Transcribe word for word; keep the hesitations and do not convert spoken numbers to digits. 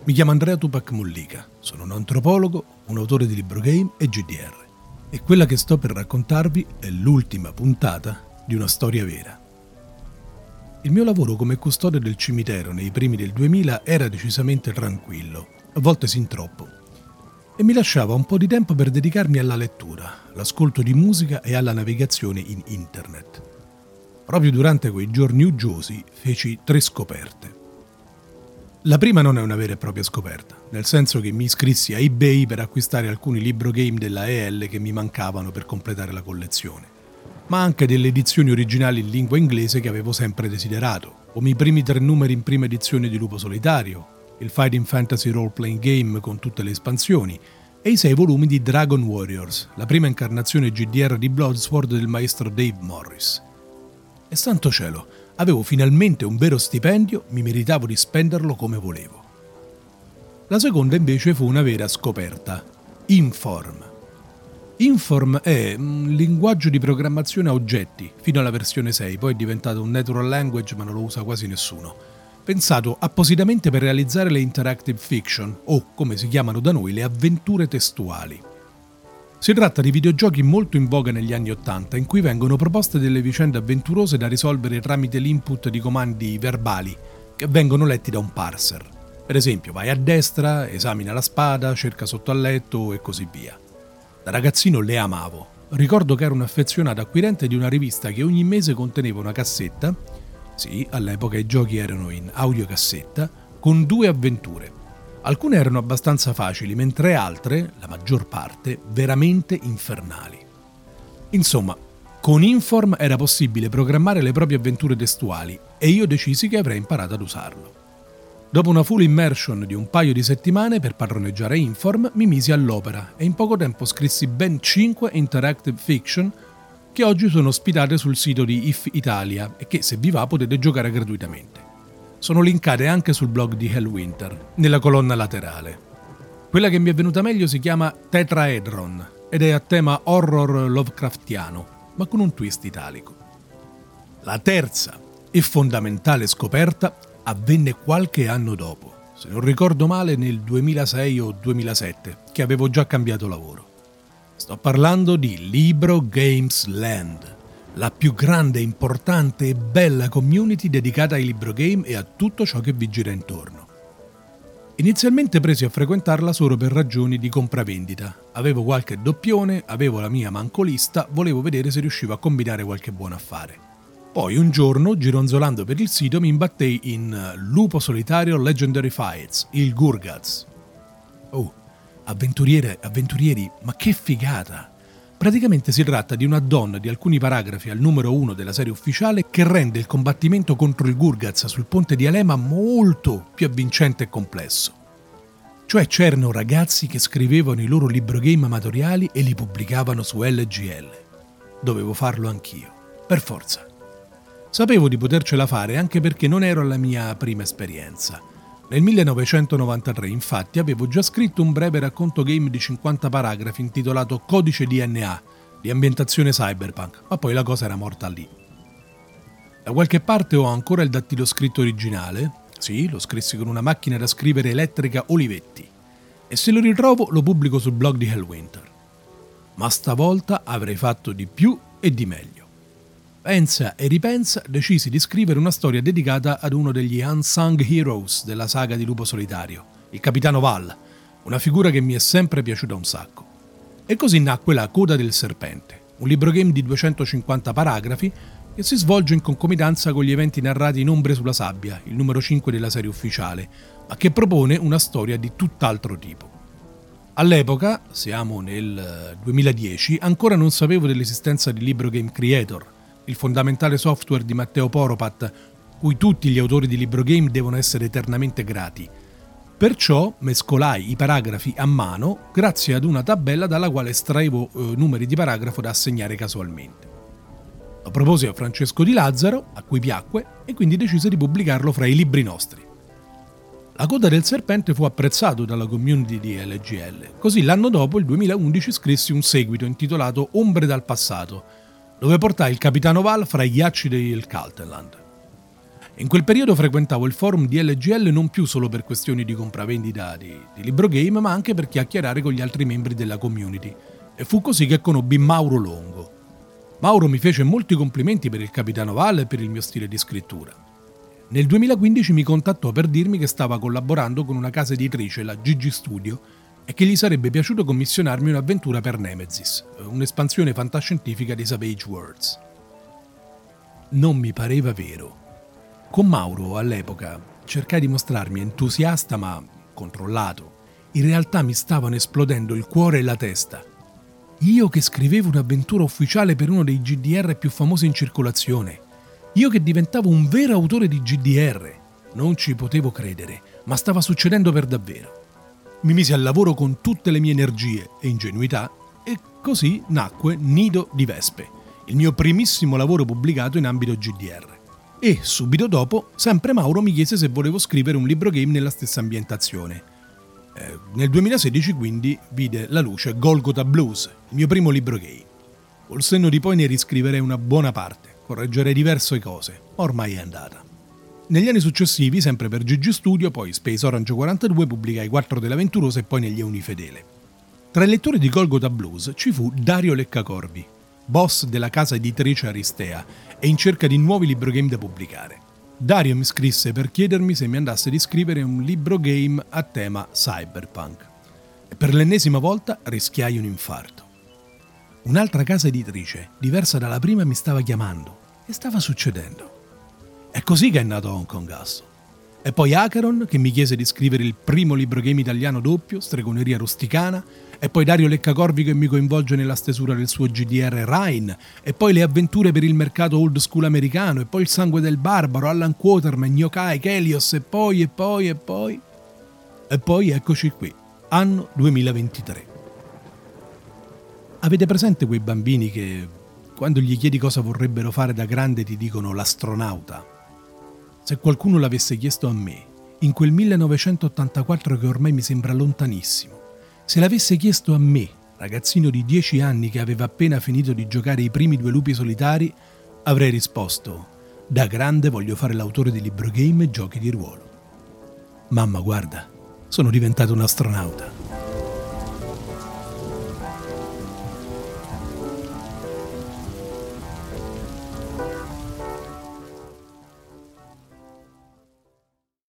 Mi chiamo Andrea Tupac Mollica, sono un antropologo, un autore di libro game e G D R. E quella che sto per raccontarvi è l'ultima puntata di una storia vera. Il mio lavoro come custode del cimitero nei primi del duemila era decisamente tranquillo, a volte sin troppo, e mi lasciava un po' di tempo per dedicarmi alla lettura, l'ascolto di musica e alla navigazione in internet. Proprio durante quei giorni uggiosi feci tre scoperte. La prima non è una vera e propria scoperta, nel senso che mi iscrissi a eBay per acquistare alcuni libro game della E L che mi mancavano per completare la collezione, ma anche delle edizioni originali in lingua inglese che avevo sempre desiderato, come i primi tre numeri in prima edizione di Lupo Solitario, il Fighting Fantasy Role Playing Game con tutte le espansioni e i sei volumi di Dragon Warriors, la prima incarnazione G D R di Bloodsword del maestro Dave Morris. E santo cielo, avevo finalmente un vero stipendio, mi meritavo di spenderlo come volevo. La seconda invece fu una vera scoperta, Inform. Inform è un linguaggio di programmazione a oggetti, fino alla versione sei, poi è diventato un natural language ma non lo usa quasi nessuno, pensato appositamente per realizzare le interactive fiction, o come si chiamano da noi, le avventure testuali. Si tratta di videogiochi molto in voga negli anni Ottanta, in cui vengono proposte delle vicende avventurose da risolvere tramite l'input di comandi verbali che vengono letti da un parser. Per esempio, vai a destra, esamina la spada, cerca sotto al letto e così via. Da ragazzino le amavo. Ricordo che ero un affezionato acquirente di una rivista che ogni mese conteneva una cassetta, sì, all'epoca i giochi erano in audiocassetta, con due avventure. Alcune erano abbastanza facili, mentre altre, la maggior parte, veramente infernali. Insomma, con Inform era possibile programmare le proprie avventure testuali e io decisi che avrei imparato ad usarlo. Dopo una full immersion di un paio di settimane per padroneggiare Inform, mi misi all'opera e in poco tempo scrissi ben cinque interactive fiction che oggi sono ospitate sul sito di If Italia e che, se vi va, potete giocare gratuitamente. Sono linkate anche sul blog di Hellwinter, nella colonna laterale. Quella che mi è venuta meglio si chiama Tetraedron ed è a tema horror Lovecraftiano, ma con un twist italico. La terza e fondamentale scoperta avvenne qualche anno dopo, se non ricordo male nel duemilasei o duemilasette, che avevo già cambiato lavoro. Sto parlando di Libro Games Land, la più grande, importante e bella community dedicata ai libro game e a tutto ciò che vi gira intorno. Inizialmente presi a frequentarla solo per ragioni di compravendita. Avevo qualche doppione, avevo la mia mancolista, volevo vedere se riuscivo a combinare qualche buon affare. Poi un giorno, gironzolando per il sito, mi imbattei in Lupo Solitario Legendary Fights, il Gurgaz. Oh, avventuriere, avventurieri, ma che figata! Praticamente si tratta di un add-on di alcuni paragrafi al numero uno della serie ufficiale che rende il combattimento contro il Gurgaz sul ponte di Alema molto più avvincente e complesso. Cioè c'erano ragazzi che scrivevano i loro libro game amatoriali e li pubblicavano su L G L. Dovevo farlo anch'io, per forza. Sapevo di potercela fare anche perché non ero alla mia prima esperienza. Nel millenovecentonovantatré, infatti, avevo già scritto un breve racconto game di cinquanta paragrafi intitolato Codice D N A, di ambientazione cyberpunk, ma poi la cosa era morta lì. Da qualche parte ho ancora il dattiloscritto originale, sì, lo scrissi con una macchina da scrivere elettrica Olivetti, e se lo ritrovo lo pubblico sul blog di Hellwinter. Ma stavolta avrei fatto di più e di meglio. Pensa e ripensa, decisi di scrivere una storia dedicata ad uno degli unsung heroes della saga di Lupo Solitario, il capitano Val, una figura che mi è sempre piaciuta un sacco. E così nacque La Coda del Serpente, un libro game di duecentocinquanta paragrafi che si svolge in concomitanza con gli eventi narrati in Ombre sulla sabbia, il numero cinque della serie ufficiale, ma che propone una storia di tutt'altro tipo. All'epoca, siamo nel duemiladieci, ancora non sapevo dell'esistenza di Libro Game Creator, il fondamentale software di Matteo Poropat, cui tutti gli autori di libro game devono essere eternamente grati. Perciò mescolai i paragrafi a mano grazie ad una tabella dalla quale estraevo eh, numeri di paragrafo da assegnare casualmente. Lo proposi a Francesco Di Lazzaro, a cui piacque, e quindi decise di pubblicarlo fra i libri nostri. La Coda del Serpente fu apprezzato dalla community di L G L, così l'anno dopo, il duemilaundici, scrissi un seguito intitolato Ombre dal passato, dove portai il capitano Val fra i ghiacci del Caltenland. In quel periodo frequentavo il forum di L G L non più solo per questioni di compravendita di, di libro game, ma anche per chiacchierare con gli altri membri della community. E fu così che conobbi Mauro Longo. Mauro mi fece molti complimenti per il Capitano Valle e per il mio stile di scrittura. Nel duemilaquindici mi contattò per dirmi che stava collaborando con una casa editrice, la G G Studio, e che gli sarebbe piaciuto commissionarmi un'avventura per Nemesis, un'espansione fantascientifica di Savage Worlds. Non mi pareva vero. Con Mauro, all'epoca, cercai di mostrarmi entusiasta ma controllato. In realtà mi stavano esplodendo il cuore e la testa. Io che scrivevo un'avventura ufficiale per uno dei G D R più famosi in circolazione. Io che diventavo un vero autore di G D R. Non ci potevo credere, ma stava succedendo per davvero. Mi misi al lavoro con tutte le mie energie e ingenuità e così nacque Nido di Vespe, il mio primissimo lavoro pubblicato in ambito G D R. E subito dopo, sempre Mauro mi chiese se volevo scrivere un libro game nella stessa ambientazione. Eh, nel duemilasedici quindi vide la luce Golgotha Blues, il mio primo libro game. Col senno di poi ne riscriverei una buona parte, correggerei diverse cose, ormai è andata. Negli anni successivi, sempre per G G Studio, poi Space Orange quarantadue, pubblicai quattro dell'Aventurosa e poi negli Euni Fedele. Tra i lettori di Golgotha Blues ci fu Dario Leccacorvi, boss della casa editrice Aristea e in cerca di nuovi libro game da pubblicare. Dario mi scrisse per chiedermi se mi andasse di scrivere un libro game a tema cyberpunk. E per l'ennesima volta rischiai un infarto. Un'altra casa editrice, diversa dalla prima, mi stava chiamando e stava succedendo. È così che è nato Hong Kong Castle. E poi Acheron, che mi chiese di scrivere il primo libro game italiano doppio, Stregoneria rusticana, e poi Dario Leccacorvi che mi coinvolge nella stesura del suo G D R Rhine, e poi le avventure per il mercato old school americano, e poi il sangue del barbaro, Alan Quaterman, Yokai, Kelios, e poi, e poi, e poi... E poi eccoci qui, anno duemilaventitré. Avete presente quei bambini che, quando gli chiedi cosa vorrebbero fare da grande, ti dicono l'astronauta? Se qualcuno l'avesse chiesto a me, in quel millenovecentottantaquattro che ormai mi sembra lontanissimo, se l'avesse chiesto a me, ragazzino di dieci anni che aveva appena finito di giocare i primi due lupi solitari, avrei risposto: da grande voglio fare l'autore di libro game e giochi di ruolo. Mamma, guarda, sono diventato un astronauta.